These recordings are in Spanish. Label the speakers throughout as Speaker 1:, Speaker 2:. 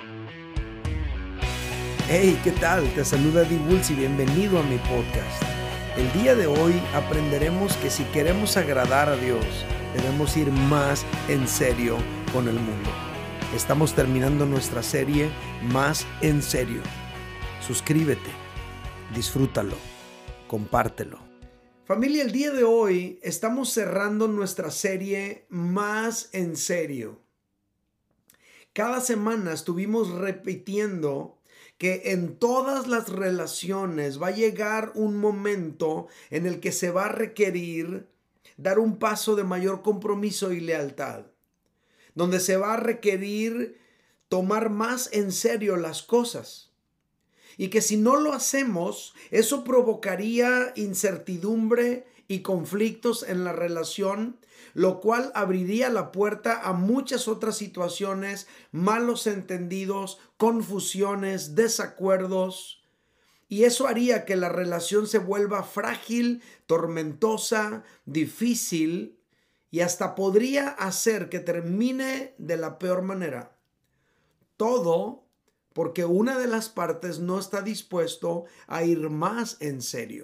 Speaker 1: Hey, ¿qué tal? Te saluda Dee Woods y bienvenido a mi podcast. El día de hoy aprenderemos que si queremos agradar a Dios, debemos ir más en serio con el mundo. Estamos terminando nuestra serie Más en Serio. Suscríbete, disfrútalo, compártelo. Familia, el día de hoy estamos cerrando nuestra serie Más en Serio. Cada semana estuvimos repitiendo que en todas las relaciones va a llegar un momento en el que se va a requerir dar un paso de mayor compromiso y lealtad, donde se va a requerir tomar más en serio las cosas. Y que si no lo hacemos, eso provocaría incertidumbre y conflictos en la relación, lo cual abriría la puerta a muchas otras situaciones, malos entendidos, confusiones, desacuerdos. Y eso haría que la relación se vuelva frágil, tormentosa, difícil y hasta podría hacer que termine de la peor manera. Todo porque una de las partes no está dispuesto a ir más en serio.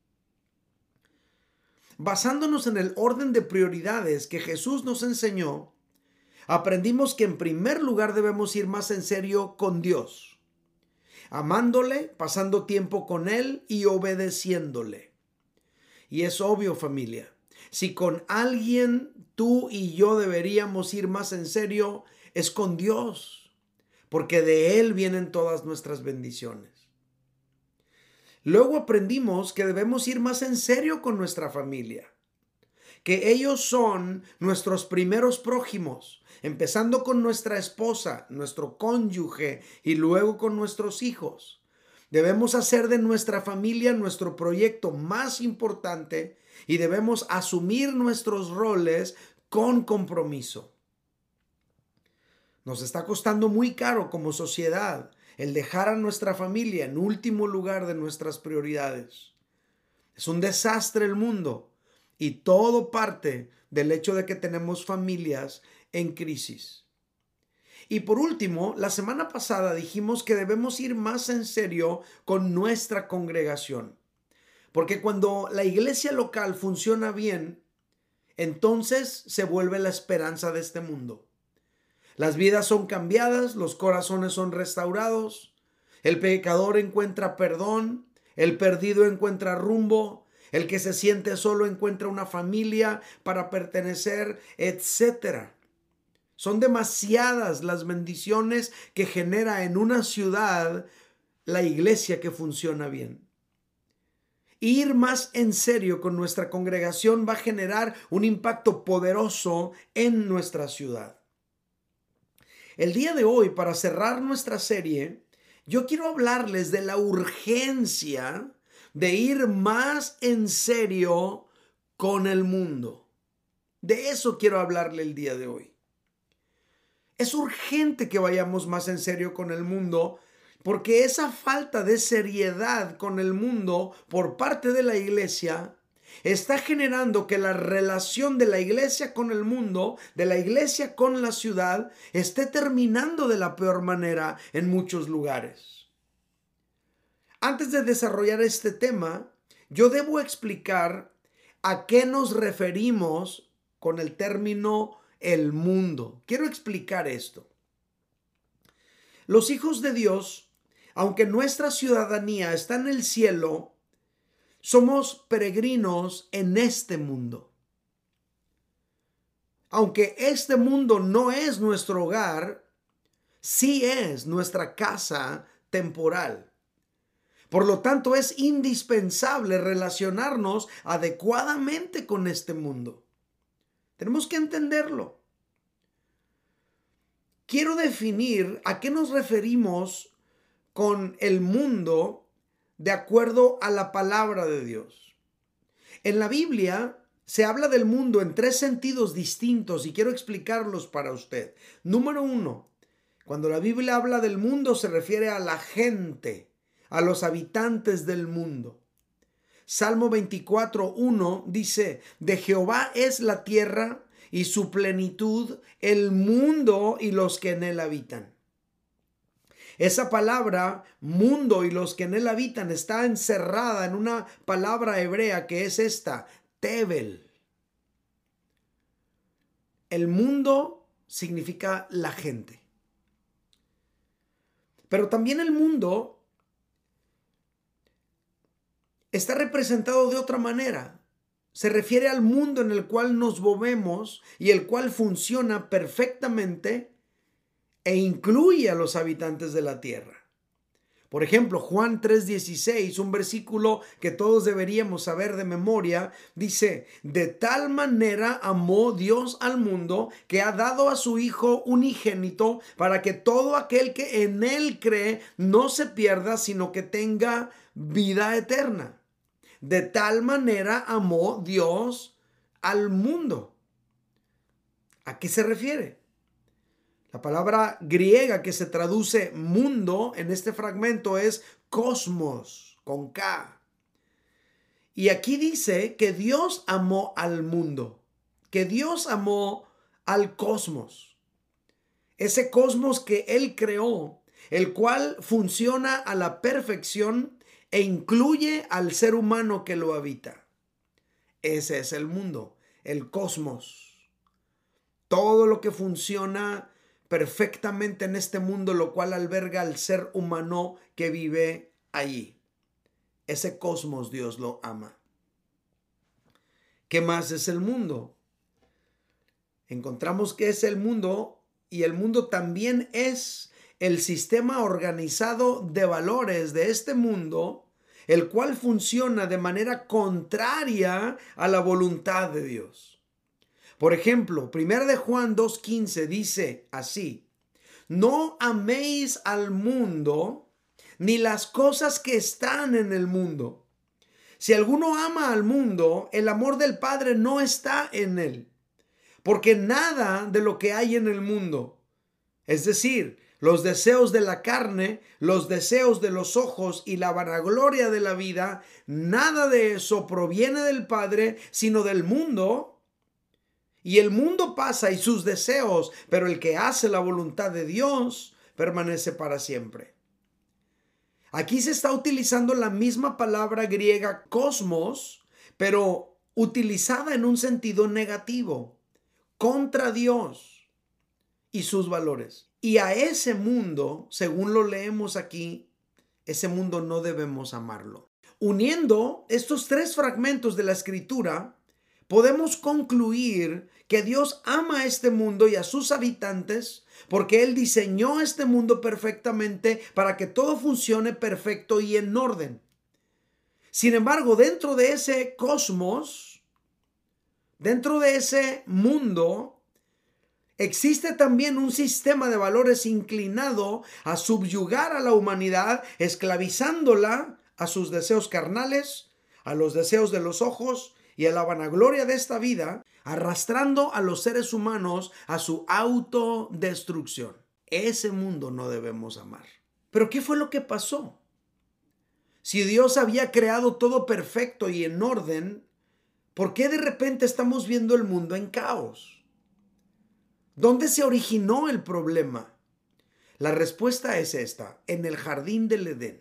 Speaker 1: Basándonos en el orden de prioridades que Jesús nos enseñó, aprendimos que en primer lugar debemos ir más en serio con Dios, amándole, pasando tiempo con Él y obedeciéndole. Y es obvio, familia, si con alguien tú y yo deberíamos ir más en serio, es con Dios, porque de Él vienen todas nuestras bendiciones. Luego aprendimos que debemos ir más en serio con nuestra familia, que ellos son nuestros primeros prójimos, empezando con nuestra esposa, nuestro cónyuge y luego con nuestros hijos. Debemos hacer de nuestra familia nuestro proyecto más importante y debemos asumir nuestros roles con compromiso. Nos está costando muy caro como sociedad el dejar a nuestra familia en último lugar de nuestras prioridades. Es un desastre el mundo y todo parte del hecho de que tenemos familias en crisis. Y por último, la semana pasada dijimos que debemos ir más en serio con nuestra congregación. Porque cuando la iglesia local funciona bien, entonces se vuelve la esperanza de este mundo. Las vidas son cambiadas, los corazones son restaurados, el pecador encuentra perdón, el perdido encuentra rumbo, el que se siente solo encuentra una familia para pertenecer, etc. Son demasiadas las bendiciones que genera en una ciudad la iglesia que funciona bien. Ir más en serio con nuestra congregación va a generar un impacto poderoso en nuestra ciudad. El día de hoy, para cerrar nuestra serie, yo quiero hablarles de la urgencia de ir más en serio con el mundo. De eso quiero hablarle el día de hoy. Es urgente que vayamos más en serio con el mundo porque esa falta de seriedad con el mundo por parte de la iglesia está generando que la relación de la iglesia con el mundo, de la iglesia con la ciudad, esté terminando de la peor manera en muchos lugares. Antes de desarrollar este tema, yo debo explicar a qué nos referimos con el término el mundo. Quiero explicar esto. Los hijos de Dios, aunque nuestra ciudadanía está en el cielo, somos peregrinos en este mundo. Aunque este mundo no es nuestro hogar, sí es nuestra casa temporal. Por lo tanto, es indispensable relacionarnos adecuadamente con este mundo. Tenemos que entenderlo. Quiero definir a qué nos referimos con el mundo de acuerdo a la palabra de Dios. En la Biblia se habla del mundo en tres sentidos distintos y quiero explicarlos para usted. Número uno, cuando la Biblia habla del mundo se refiere a la gente, a los habitantes del mundo. Salmo 24:1 dice: de Jehová es la tierra y su plenitud, el mundo y los que en él habitan. Esa palabra mundo y los que en él habitan está encerrada en una palabra hebrea que es esta, Tevel. El mundo significa la gente. Pero también el mundo está representado de otra manera. Se refiere al mundo en el cual nos movemos y el cual funciona perfectamente e incluye a los habitantes de la tierra. Por ejemplo, Juan 3:16, un versículo que todos deberíamos saber de memoria, dice: de tal manera amó Dios al mundo que ha dado a su Hijo unigénito para que todo aquel que en él cree no se pierda, sino que tenga vida eterna. De tal manera amó Dios al mundo. ¿A qué se refiere? La palabra griega que se traduce mundo en este fragmento es cosmos, con K. Y aquí dice que Dios amó al mundo, que Dios amó al cosmos. Ese cosmos que Él creó, el cual funciona a la perfección e incluye al ser humano que lo habita. Ese es el mundo, el cosmos. Todo lo que funciona perfectamente en este mundo, lo cual alberga al ser humano que vive allí. Ese cosmos Dios lo ama. ¿Qué más es el mundo? Encontramos que es el mundo, y el mundo también es el sistema organizado de valores de este mundo, el cual funciona de manera contraria a la voluntad de Dios. Por ejemplo, 1 de Juan 2:15 dice así: no améis al mundo ni las cosas que están en el mundo. Si alguno ama al mundo, el amor del Padre no está en él. Porque nada de lo que hay en el mundo, es decir, los deseos de la carne, los deseos de los ojos y la vanagloria de la vida, nada de eso proviene del Padre, sino del mundo. Y el mundo pasa y sus deseos, pero el que hace la voluntad de Dios permanece para siempre. Aquí se está utilizando la misma palabra griega cosmos, pero utilizada en un sentido negativo, contra Dios y sus valores. Y a ese mundo, según lo leemos aquí, ese mundo no debemos amarlo. Uniendo estos tres fragmentos de la Escritura, podemos concluir que Dios ama a este mundo y a sus habitantes porque Él diseñó este mundo perfectamente para que todo funcione perfecto y en orden. Sin embargo, dentro de ese cosmos, dentro de ese mundo, existe también un sistema de valores inclinado a subyugar a la humanidad, esclavizándola a sus deseos carnales, a los deseos de los ojos y a la vanagloria de esta vida, arrastrando a los seres humanos a su autodestrucción. Ese mundo no debemos amar. Pero ¿qué fue lo que pasó? Si Dios había creado todo perfecto y en orden, ¿por qué de repente estamos viendo el mundo en caos? ¿Dónde se originó el problema? La respuesta es esta: en el jardín del Edén.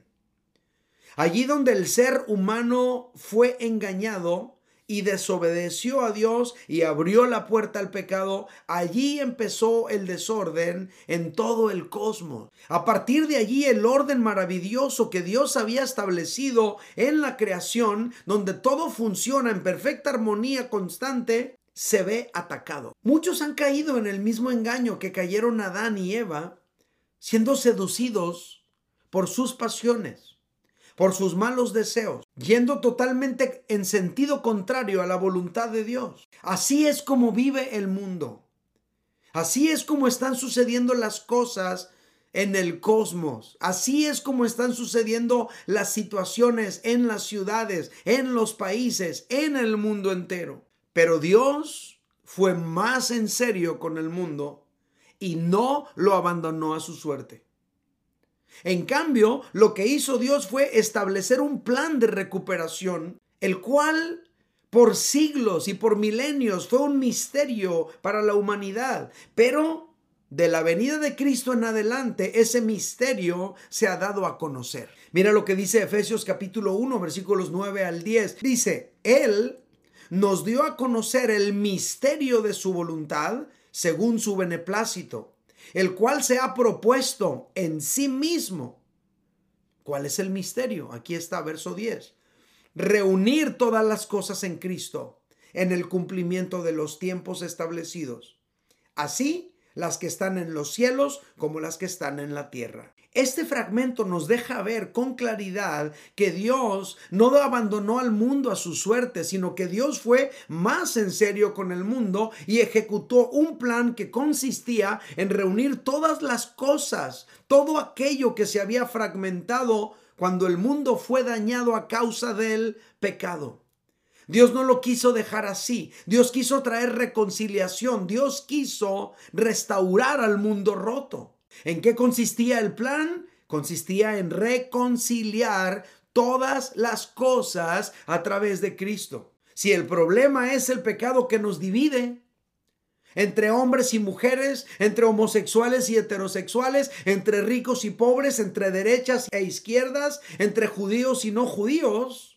Speaker 1: Allí donde el ser humano fue engañado y desobedeció a Dios y abrió la puerta al pecado, allí empezó el desorden en todo el cosmos. A partir de allí, el orden maravilloso que Dios había establecido en la creación, donde todo funciona en perfecta armonía constante, se ve atacado. Muchos han caído en el mismo engaño que cayeron Adán y Eva, siendo seducidos por sus pasiones, por sus malos deseos, yendo totalmente en sentido contrario a la voluntad de Dios. Así es como vive el mundo. Así es como están sucediendo las cosas en el cosmos. Así es como están sucediendo las situaciones en las ciudades, en los países, en el mundo entero. Pero Dios fue más en serio con el mundo y no lo abandonó a su suerte. En cambio, lo que hizo Dios fue establecer un plan de recuperación, el cual por siglos y por milenios fue un misterio para la humanidad. Pero de la venida de Cristo en adelante, ese misterio se ha dado a conocer. Mira lo que dice Efesios capítulo 1, versículos 9 al 10. Dice, Él nos dio a conocer el misterio de su voluntad según su beneplácito, el cual se ha propuesto en sí mismo. ¿Cuál es el misterio? Aquí está, verso 10. Reunir todas las cosas en Cristo, en el cumplimiento de los tiempos establecidos. Así, las que están en los cielos como las que están en la tierra. Este fragmento nos deja ver con claridad que Dios no abandonó al mundo a su suerte, sino que Dios fue más en serio con el mundo y ejecutó un plan que consistía en reunir todas las cosas, todo aquello que se había fragmentado cuando el mundo fue dañado a causa del pecado. Dios no lo quiso dejar así. Dios quiso traer reconciliación. Dios quiso restaurar al mundo roto. ¿En qué consistía el plan? Consistía en reconciliar todas las cosas a través de Cristo. Si el problema es el pecado que nos divide, entre hombres y mujeres, entre homosexuales y heterosexuales, entre ricos y pobres, entre derechas e izquierdas, entre judíos y no judíos,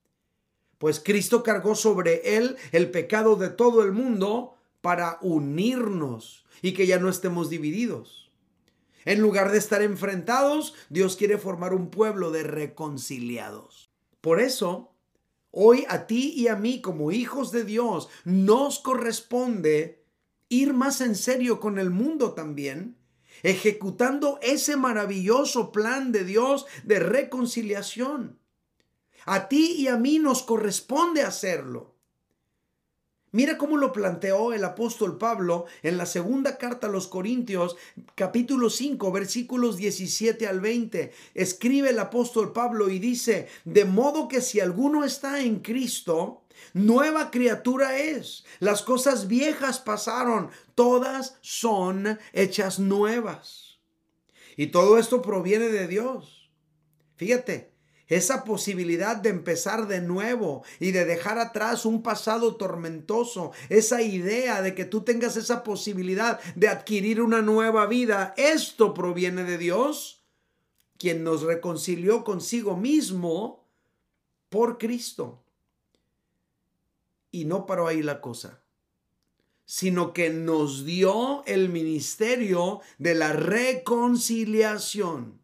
Speaker 1: pues Cristo cargó sobre él el pecado de todo el mundo para unirnos y que ya no estemos divididos. En lugar de estar enfrentados, Dios quiere formar un pueblo de reconciliados. Por eso, hoy a ti y a mí como hijos de Dios nos corresponde ir más en serio con el mundo también, ejecutando ese maravilloso plan de Dios de reconciliación. A ti y a mí nos corresponde hacerlo. Mira cómo lo planteó el apóstol Pablo en la segunda carta a los Corintios, capítulo 5, versículos 17 al 20. Escribe el apóstol Pablo y dice, de modo que si alguno está en Cristo, nueva criatura es. Las cosas viejas pasaron, todas son hechas nuevas. Y todo esto proviene de Dios. Fíjate. Esa posibilidad de empezar de nuevo y de dejar atrás un pasado tormentoso, esa idea de que tú tengas esa posibilidad de adquirir una nueva vida, esto proviene de Dios, quien nos reconcilió consigo mismo por Cristo. Y no paró ahí la cosa, sino que nos dio el ministerio de la reconciliación.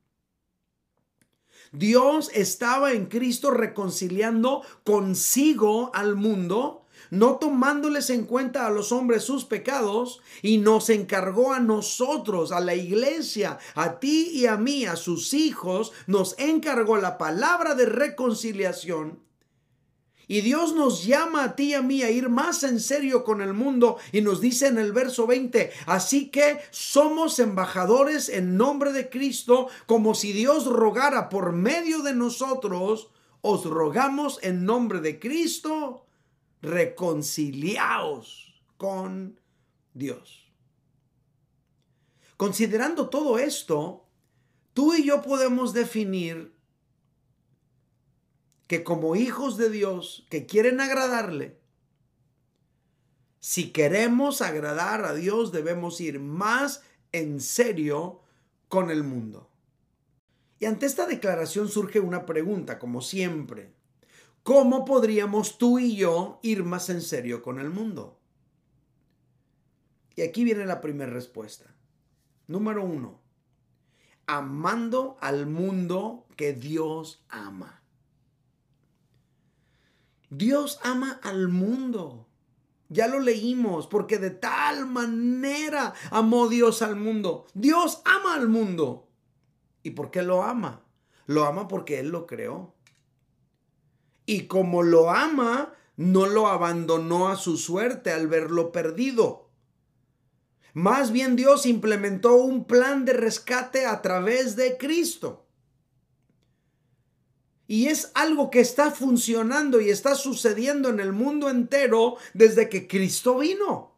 Speaker 1: Dios estaba en Cristo reconciliando consigo al mundo, no tomándoles en cuenta a los hombres sus pecados, y nos encargó a nosotros, a la iglesia, a ti y a mí, a sus hijos, nos encargó la palabra de reconciliación. Y Dios nos llama a ti y a mí a ir más en serio con el mundo y nos dice en el verso 20, así que somos embajadores en nombre de Cristo, como si Dios rogara por medio de nosotros, os rogamos en nombre de Cristo, reconciliaos con Dios. Considerando todo esto, tú y yo podemos definir que como hijos de Dios que quieren agradarle, si queremos agradar a Dios, debemos ir más en serio con el mundo. Y ante esta declaración surge una pregunta, como siempre. ¿Cómo podríamos tú y yo ir más en serio con el mundo? Y aquí viene la primera respuesta. Número 1. Amando al mundo que Dios ama. Dios ama al mundo. Ya lo leímos, porque de tal manera amó Dios al mundo. Dios ama al mundo. ¿Y por qué lo ama? Lo ama porque Él lo creó. Y como lo ama, no lo abandonó a su suerte al verlo perdido. Más bien Dios implementó un plan de rescate a través de Cristo. Y es algo que está funcionando y está sucediendo en el mundo entero desde que Cristo vino.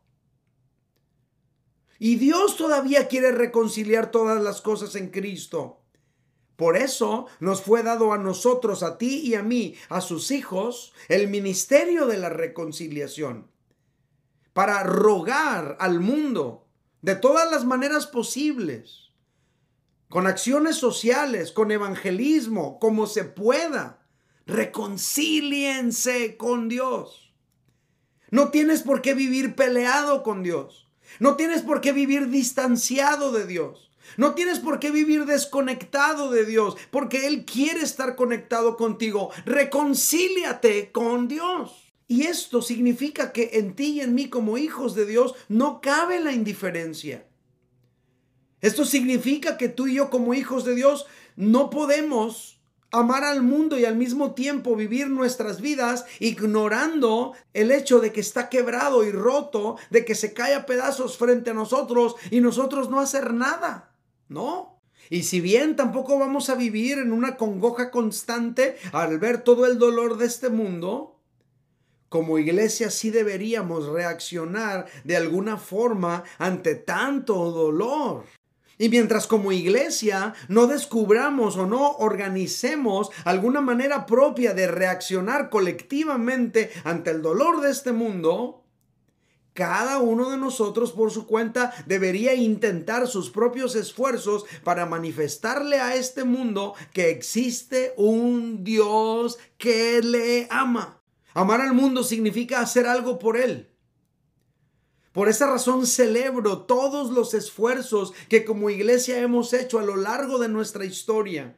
Speaker 1: Y Dios todavía quiere reconciliar todas las cosas en Cristo. Por eso nos fue dado a nosotros, a ti y a mí, a sus hijos, el ministerio de la reconciliación. Para rogar al mundo de todas las maneras posibles, con acciones sociales, con evangelismo, como se pueda. Reconcíliense con Dios. No tienes por qué vivir peleado con Dios. No tienes por qué vivir distanciado de Dios. No tienes por qué vivir desconectado de Dios, porque Él quiere estar conectado contigo. Reconcíliate con Dios. Y esto significa que en ti y en mí como hijos de Dios no cabe la indiferencia. Esto significa que tú y yo como hijos de Dios no podemos amar al mundo y al mismo tiempo vivir nuestras vidas ignorando el hecho de que está quebrado y roto, de que se cae a pedazos frente a nosotros y nosotros no hacer nada. No. Y si bien tampoco vamos a vivir en una congoja constante al ver todo el dolor de este mundo, como iglesia sí deberíamos reaccionar de alguna forma ante tanto dolor. Y mientras como iglesia no descubramos o no organicemos alguna manera propia de reaccionar colectivamente ante el dolor de este mundo, cada uno de nosotros por su cuenta debería intentar sus propios esfuerzos para manifestarle a este mundo que existe un Dios que le ama. Amar al mundo significa hacer algo por él. Por esa razón celebro todos los esfuerzos que como iglesia hemos hecho a lo largo de nuestra historia.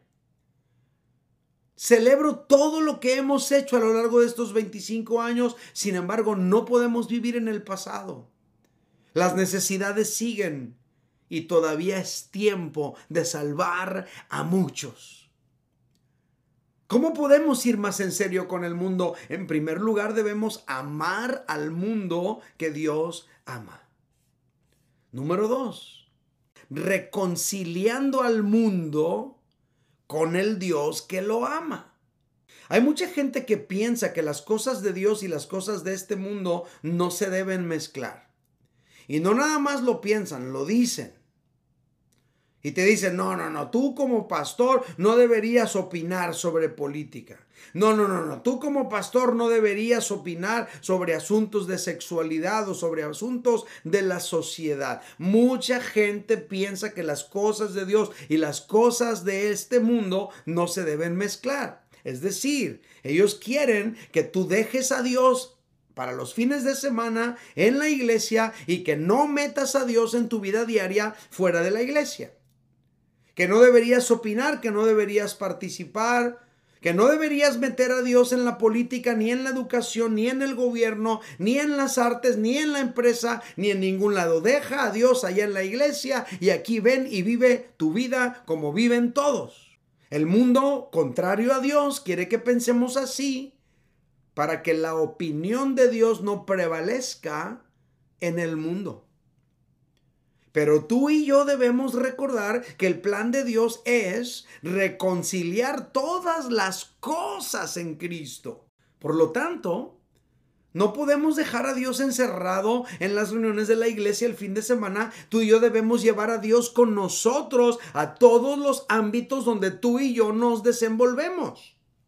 Speaker 1: Celebro todo lo que hemos hecho a lo largo de estos 25 años. Sin embargo, no podemos vivir en el pasado. Las necesidades siguen y todavía es tiempo de salvar a muchos. ¿Cómo podemos ir más en serio con el mundo? En primer lugar, debemos amar al mundo que Dios ama. Número 2, reconciliando al mundo con el Dios que lo ama. Hay mucha gente que piensa que las cosas de Dios y las cosas de este mundo no se deben mezclar. Y no nada más lo piensan, lo dicen. Y te dicen, no, tú como pastor no deberías opinar sobre política. No, tú como pastor no deberías opinar sobre asuntos de sexualidad o sobre asuntos de la sociedad. Mucha gente piensa que las cosas de Dios y las cosas de este mundo no se deben mezclar. Es decir, ellos quieren que tú dejes a Dios para los fines de semana en la iglesia y que no metas a Dios en tu vida diaria fuera de la iglesia. Que no deberías opinar, que no deberías participar, que no deberías meter a Dios en la política, ni en la educación, ni en el gobierno, ni en las artes, ni en la empresa, ni en ningún lado. Deja a Dios allá en la iglesia y aquí ven y vive tu vida como viven todos. El mundo, contrario a Dios, quiere que pensemos así para que la opinión de Dios no prevalezca en el mundo. Pero tú y yo debemos recordar que el plan de Dios es reconciliar todas las cosas en Cristo. Por lo tanto, no podemos dejar a Dios encerrado en las reuniones de la iglesia el fin de semana. Tú y yo debemos llevar a Dios con nosotros a todos los ámbitos donde tú y yo nos desenvolvemos.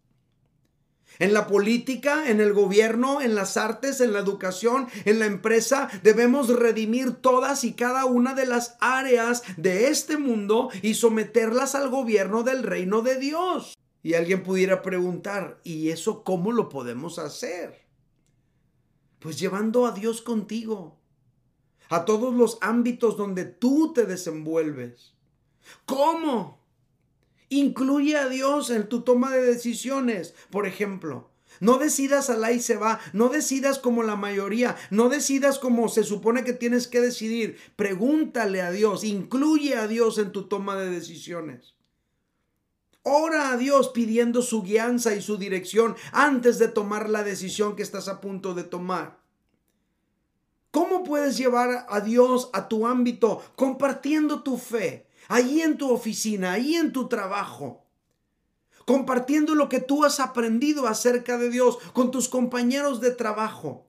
Speaker 1: En la política, en el gobierno, en las artes, en la educación, en la empresa, debemos redimir todas y cada una de las áreas de este mundo y someterlas al gobierno del reino de Dios. Y alguien pudiera preguntar, ¿y eso cómo lo podemos hacer? Pues llevando a Dios contigo, a todos los ámbitos donde tú te desenvuelves. ¿Cómo? Incluye a Dios en tu toma de decisiones. Por ejemplo, no decidas al ahí se va, no decidas como la mayoría, no decidas como se supone que tienes que decidir. Pregúntale a Dios, incluye a Dios en tu toma de decisiones. Ora a Dios pidiendo su guianza y su dirección antes de tomar la decisión que estás a punto de tomar. ¿Cómo puedes llevar a Dios a tu ámbito? Compartiendo tu fe. Ahí en tu oficina, ahí en tu trabajo, compartiendo lo que tú has aprendido acerca de Dios con tus compañeros de trabajo,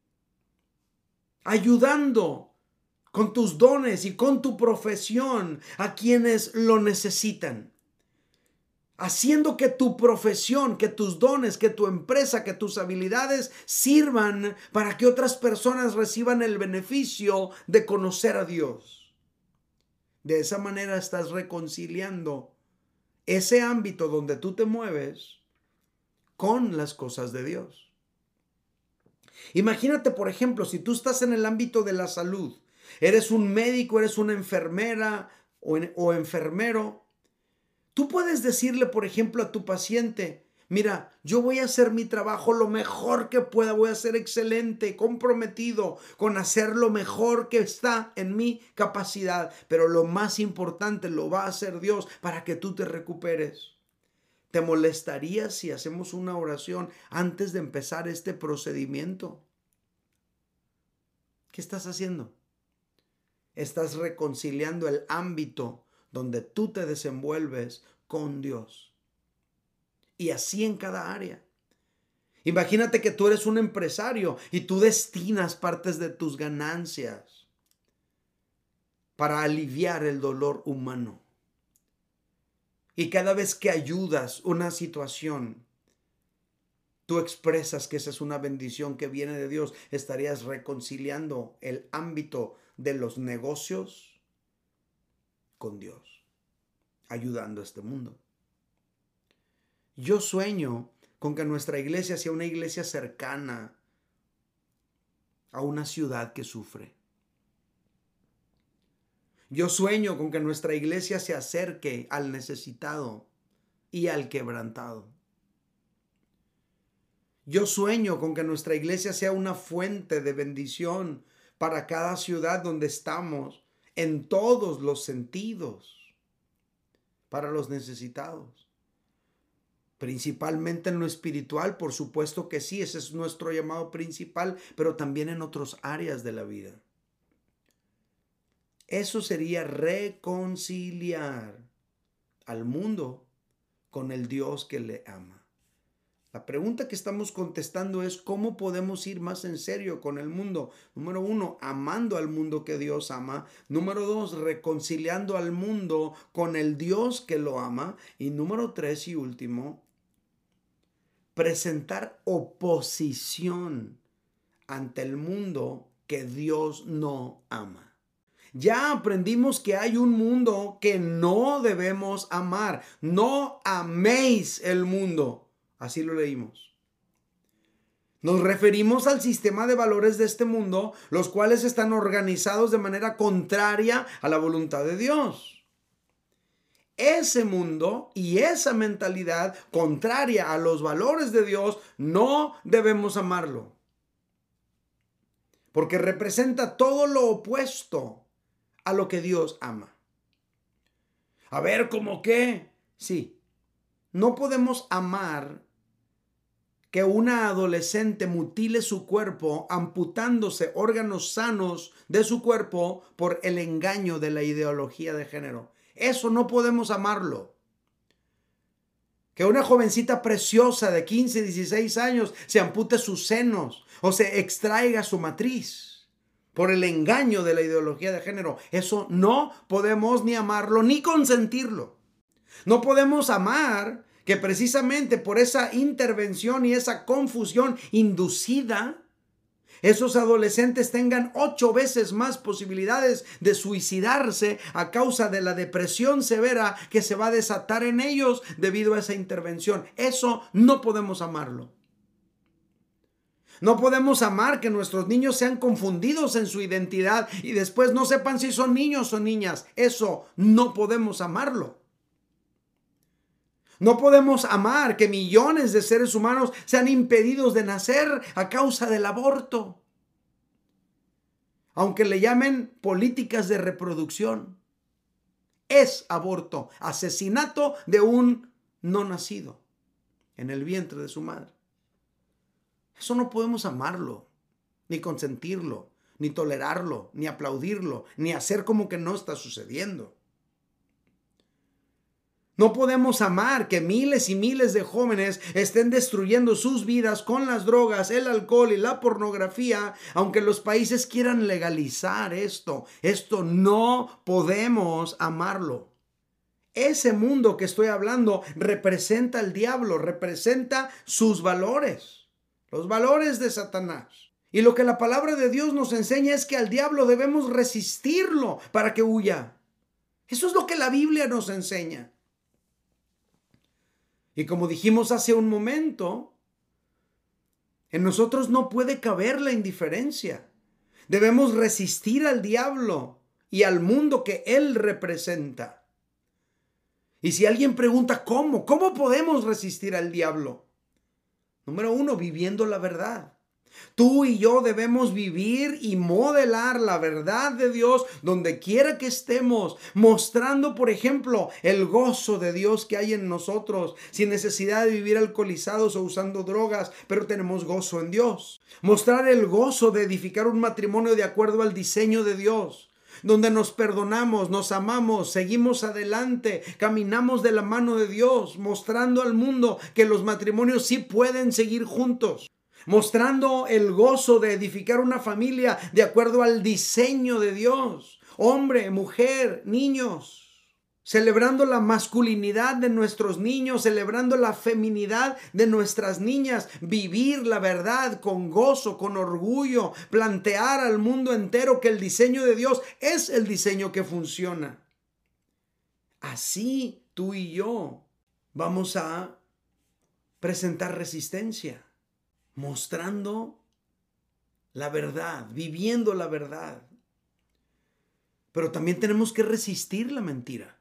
Speaker 1: ayudando con tus dones y con tu profesión a quienes lo necesitan. haciendo que tu profesión, que tus dones, que tu empresa, que tus habilidades sirvan para que otras personas reciban el beneficio de conocer a Dios. De esa manera estás reconciliando ese ámbito donde tú te mueves con las cosas de Dios. Imagínate, por ejemplo, si tú estás en el ámbito de la salud, eres un médico, eres una enfermera o enfermero. Tú puedes decirle, por ejemplo, a tu paciente: mira, yo voy a hacer mi trabajo lo mejor que pueda, voy a ser excelente, comprometido con hacer lo mejor que está en mi capacidad, pero lo más importante lo va a hacer Dios para que tú te recuperes. ¿Te molestaría si hacemos una oración antes de empezar este procedimiento? ¿Qué estás haciendo? Estás reconciliando el ámbito donde tú te desenvuelves con Dios. Y así en cada área. Imagínate que tú eres un empresario y tú destinas partes de tus ganancias para aliviar el dolor humano. Y cada vez que ayudas una situación, tú expresas que esa es una bendición que viene de Dios. Estarías reconciliando el ámbito de los negocios con Dios, ayudando a este mundo. Yo sueño con que nuestra iglesia sea una iglesia cercana a una ciudad que sufre. Yo sueño con que nuestra iglesia se acerque al necesitado y al quebrantado. Yo sueño con que nuestra iglesia sea una fuente de bendición para cada ciudad donde estamos, en todos los sentidos, para los necesitados. Principalmente en lo espiritual, por supuesto que sí, ese es nuestro llamado principal, pero también en otras áreas de la vida. Eso sería reconciliar al mundo con el Dios que le ama. La pregunta que estamos contestando es: ¿cómo podemos ir más en serio con el mundo? Número 1, amando al mundo que Dios ama. Número 2, reconciliando al mundo con el Dios que lo ama. Y número 3 y último, presentar oposición ante el mundo que Dios no ama. Ya aprendimos que hay un mundo que no debemos amar. No améis el mundo. Así lo leímos. Nos referimos al sistema de valores de este mundo, los cuales están organizados de manera contraria a la voluntad de Dios. Ese mundo y esa mentalidad contraria a los valores de Dios, no debemos amarlo. Porque representa todo lo opuesto a lo que Dios ama. A ver, ¿cómo qué? Sí, no podemos amar que una adolescente mutile su cuerpo amputándose órganos sanos de su cuerpo por el engaño de la ideología de género. Eso no podemos amarlo. Que una jovencita preciosa de 15, 16 años se ampute sus senos o se extraiga su matriz por el engaño de la ideología de género. Eso no podemos ni amarlo ni consentirlo. No podemos amar que precisamente por esa intervención y esa confusión inducida, esos adolescentes tengan 8 veces más posibilidades de suicidarse a causa de la depresión severa que se va a desatar en ellos debido a esa intervención. Eso no podemos amarlo. No podemos amar que nuestros niños sean confundidos en su identidad y después no sepan si son niños o niñas. Eso no podemos amarlo. No podemos amar que millones de seres humanos sean impedidos de nacer a causa del aborto, aunque le llamen políticas de reproducción. Es aborto, asesinato de un no nacido en el vientre de su madre. Eso no podemos amarlo, ni consentirlo, ni tolerarlo, ni aplaudirlo, ni hacer como que no está sucediendo. No podemos amar que miles y miles de jóvenes estén destruyendo sus vidas con las drogas, el alcohol y la pornografía, aunque los países quieran legalizar esto. Esto no podemos amarlo. Ese mundo que estoy hablando representa al diablo, representa sus valores, los valores de Satanás. Y lo que la palabra de Dios nos enseña es que al diablo debemos resistirlo para que huya. Eso es lo que la Biblia nos enseña. Y como dijimos hace un momento, en nosotros no puede caber la indiferencia. Debemos resistir al diablo y al mundo que él representa. Y si alguien pregunta ¿cómo podemos resistir al diablo? Número 1, viviendo la verdad. Tú y yo debemos vivir y modelar la verdad de Dios donde quiera que estemos, mostrando, por ejemplo, el gozo de Dios que hay en nosotros, sin necesidad de vivir alcoholizados o usando drogas, pero tenemos gozo en Dios. Mostrar el gozo de edificar un matrimonio de acuerdo al diseño de Dios, donde nos perdonamos, nos amamos, seguimos adelante, caminamos de la mano de Dios, mostrando al mundo que los matrimonios sí pueden seguir juntos. Mostrando el gozo de edificar una familia de acuerdo al diseño de Dios. Hombre, mujer, niños. Celebrando la masculinidad de nuestros niños, celebrando la feminidad de nuestras niñas. Vivir la verdad con gozo, con orgullo. Plantear al mundo entero que el diseño de Dios es el diseño que funciona. Así tú y yo vamos a presentar resistencia. Mostrando la verdad, viviendo la verdad. Pero también tenemos que resistir la mentira.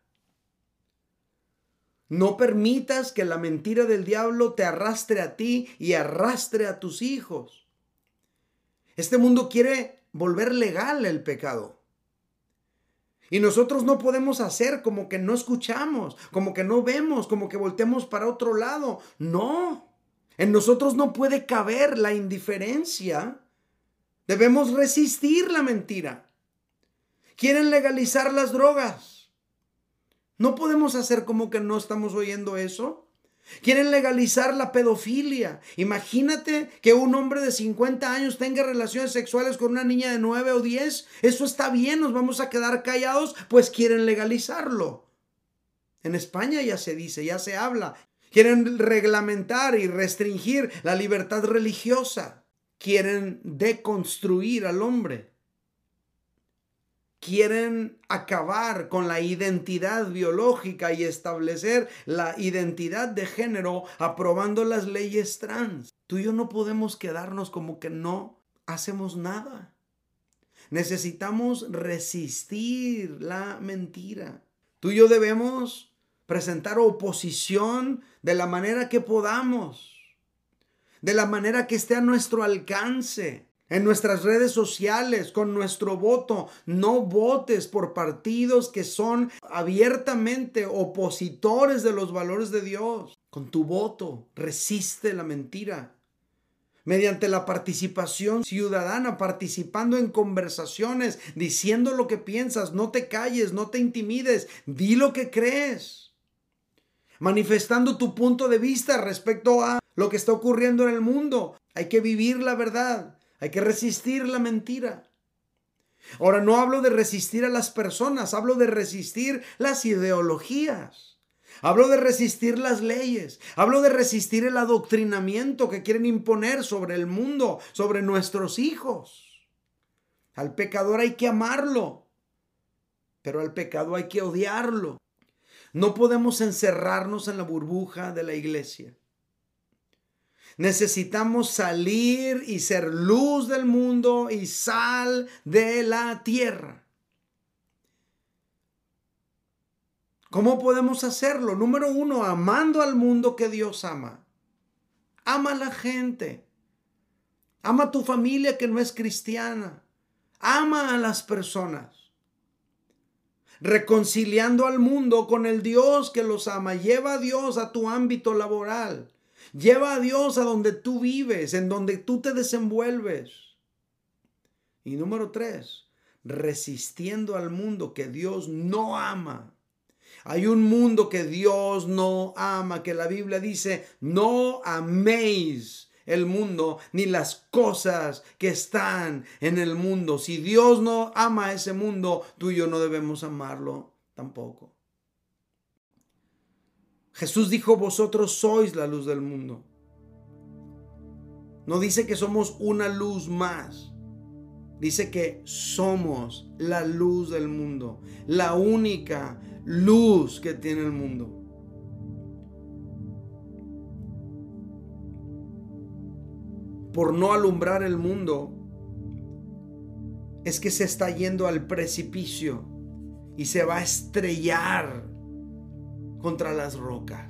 Speaker 1: No permitas que la mentira del diablo te arrastre a ti y arrastre a tus hijos. Este mundo quiere volver legal el pecado. Y nosotros no podemos hacer como que no escuchamos, como que no vemos, como que volteamos para otro lado. No. En nosotros no puede caber la indiferencia. Debemos resistir la mentira. Quieren legalizar las drogas. No podemos hacer como que no estamos oyendo eso. Quieren legalizar la pedofilia. Imagínate que un hombre de 50 años tenga relaciones sexuales con una niña de 9 o 10. Eso está bien, nos vamos a quedar callados, pues quieren legalizarlo. En España ya se dice, ya se habla. Quieren reglamentar y restringir la libertad religiosa. Quieren deconstruir al hombre. Quieren acabar con la identidad biológica y establecer la identidad de género aprobando las leyes trans. Tú y yo no podemos quedarnos como que no hacemos nada. Necesitamos resistir la mentira. Tú y yo debemos presentar oposición de la manera que podamos, de la manera que esté a nuestro alcance, en nuestras redes sociales, con nuestro voto. No votes por partidos que son abiertamente opositores de los valores de Dios. Con tu voto, resiste la mentira. Mediante la participación ciudadana, participando en conversaciones, diciendo lo que piensas, no te calles, no te intimides, di lo que crees. Manifestando tu punto de vista respecto a lo que está ocurriendo en el mundo. Hay que vivir la verdad. Hay que resistir la mentira. Ahora, no hablo de resistir a las personas, hablo de resistir las ideologías. Hablo de resistir las leyes. Hablo de resistir el adoctrinamiento que quieren imponer sobre el mundo, sobre nuestros hijos. Al pecador hay que amarlo, pero al pecado hay que odiarlo. No podemos encerrarnos en la burbuja de la iglesia. Necesitamos salir y ser luz del mundo y sal de la tierra. ¿Cómo podemos hacerlo? Número 1, amando al mundo que Dios ama. Ama a la gente. Ama a tu familia que no es cristiana. Ama a las personas. Reconciliando al mundo con el Dios que los ama. Lleva a Dios a tu ámbito laboral. Lleva a Dios a donde tú vives, en donde tú te desenvuelves. Y número 3, resistiendo al mundo que Dios no ama. Hay un mundo que Dios no ama, que la Biblia dice, no améis el mundo ni las cosas que están en el mundo. Si Dios no ama a ese mundo, tú y yo no debemos amarlo tampoco. Jesús dijo, vosotros sois la luz del mundo. No dice que somos una luz más. Dice que somos la luz del mundo, la única luz que tiene el mundo. Por no alumbrar el mundo, es que se está yendo al precipicio y se va a estrellar contra las rocas.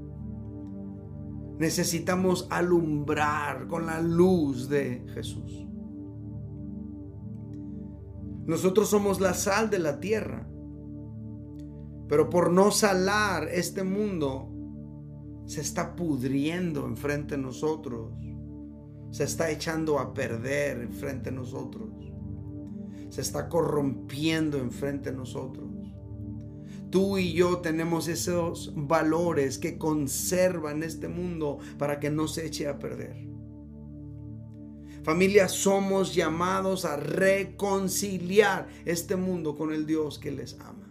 Speaker 1: Necesitamos alumbrar con la luz de Jesús. Nosotros somos la sal de la tierra, pero por no salar este mundo, se está pudriendo enfrente de nosotros, se está echando a perder enfrente de nosotros, se está corrompiendo enfrente de nosotros. Tú y yo tenemos esos valores que conservan este mundo para que no se eche a perder. Familia, somos llamados a reconciliar este mundo con el Dios que les ama.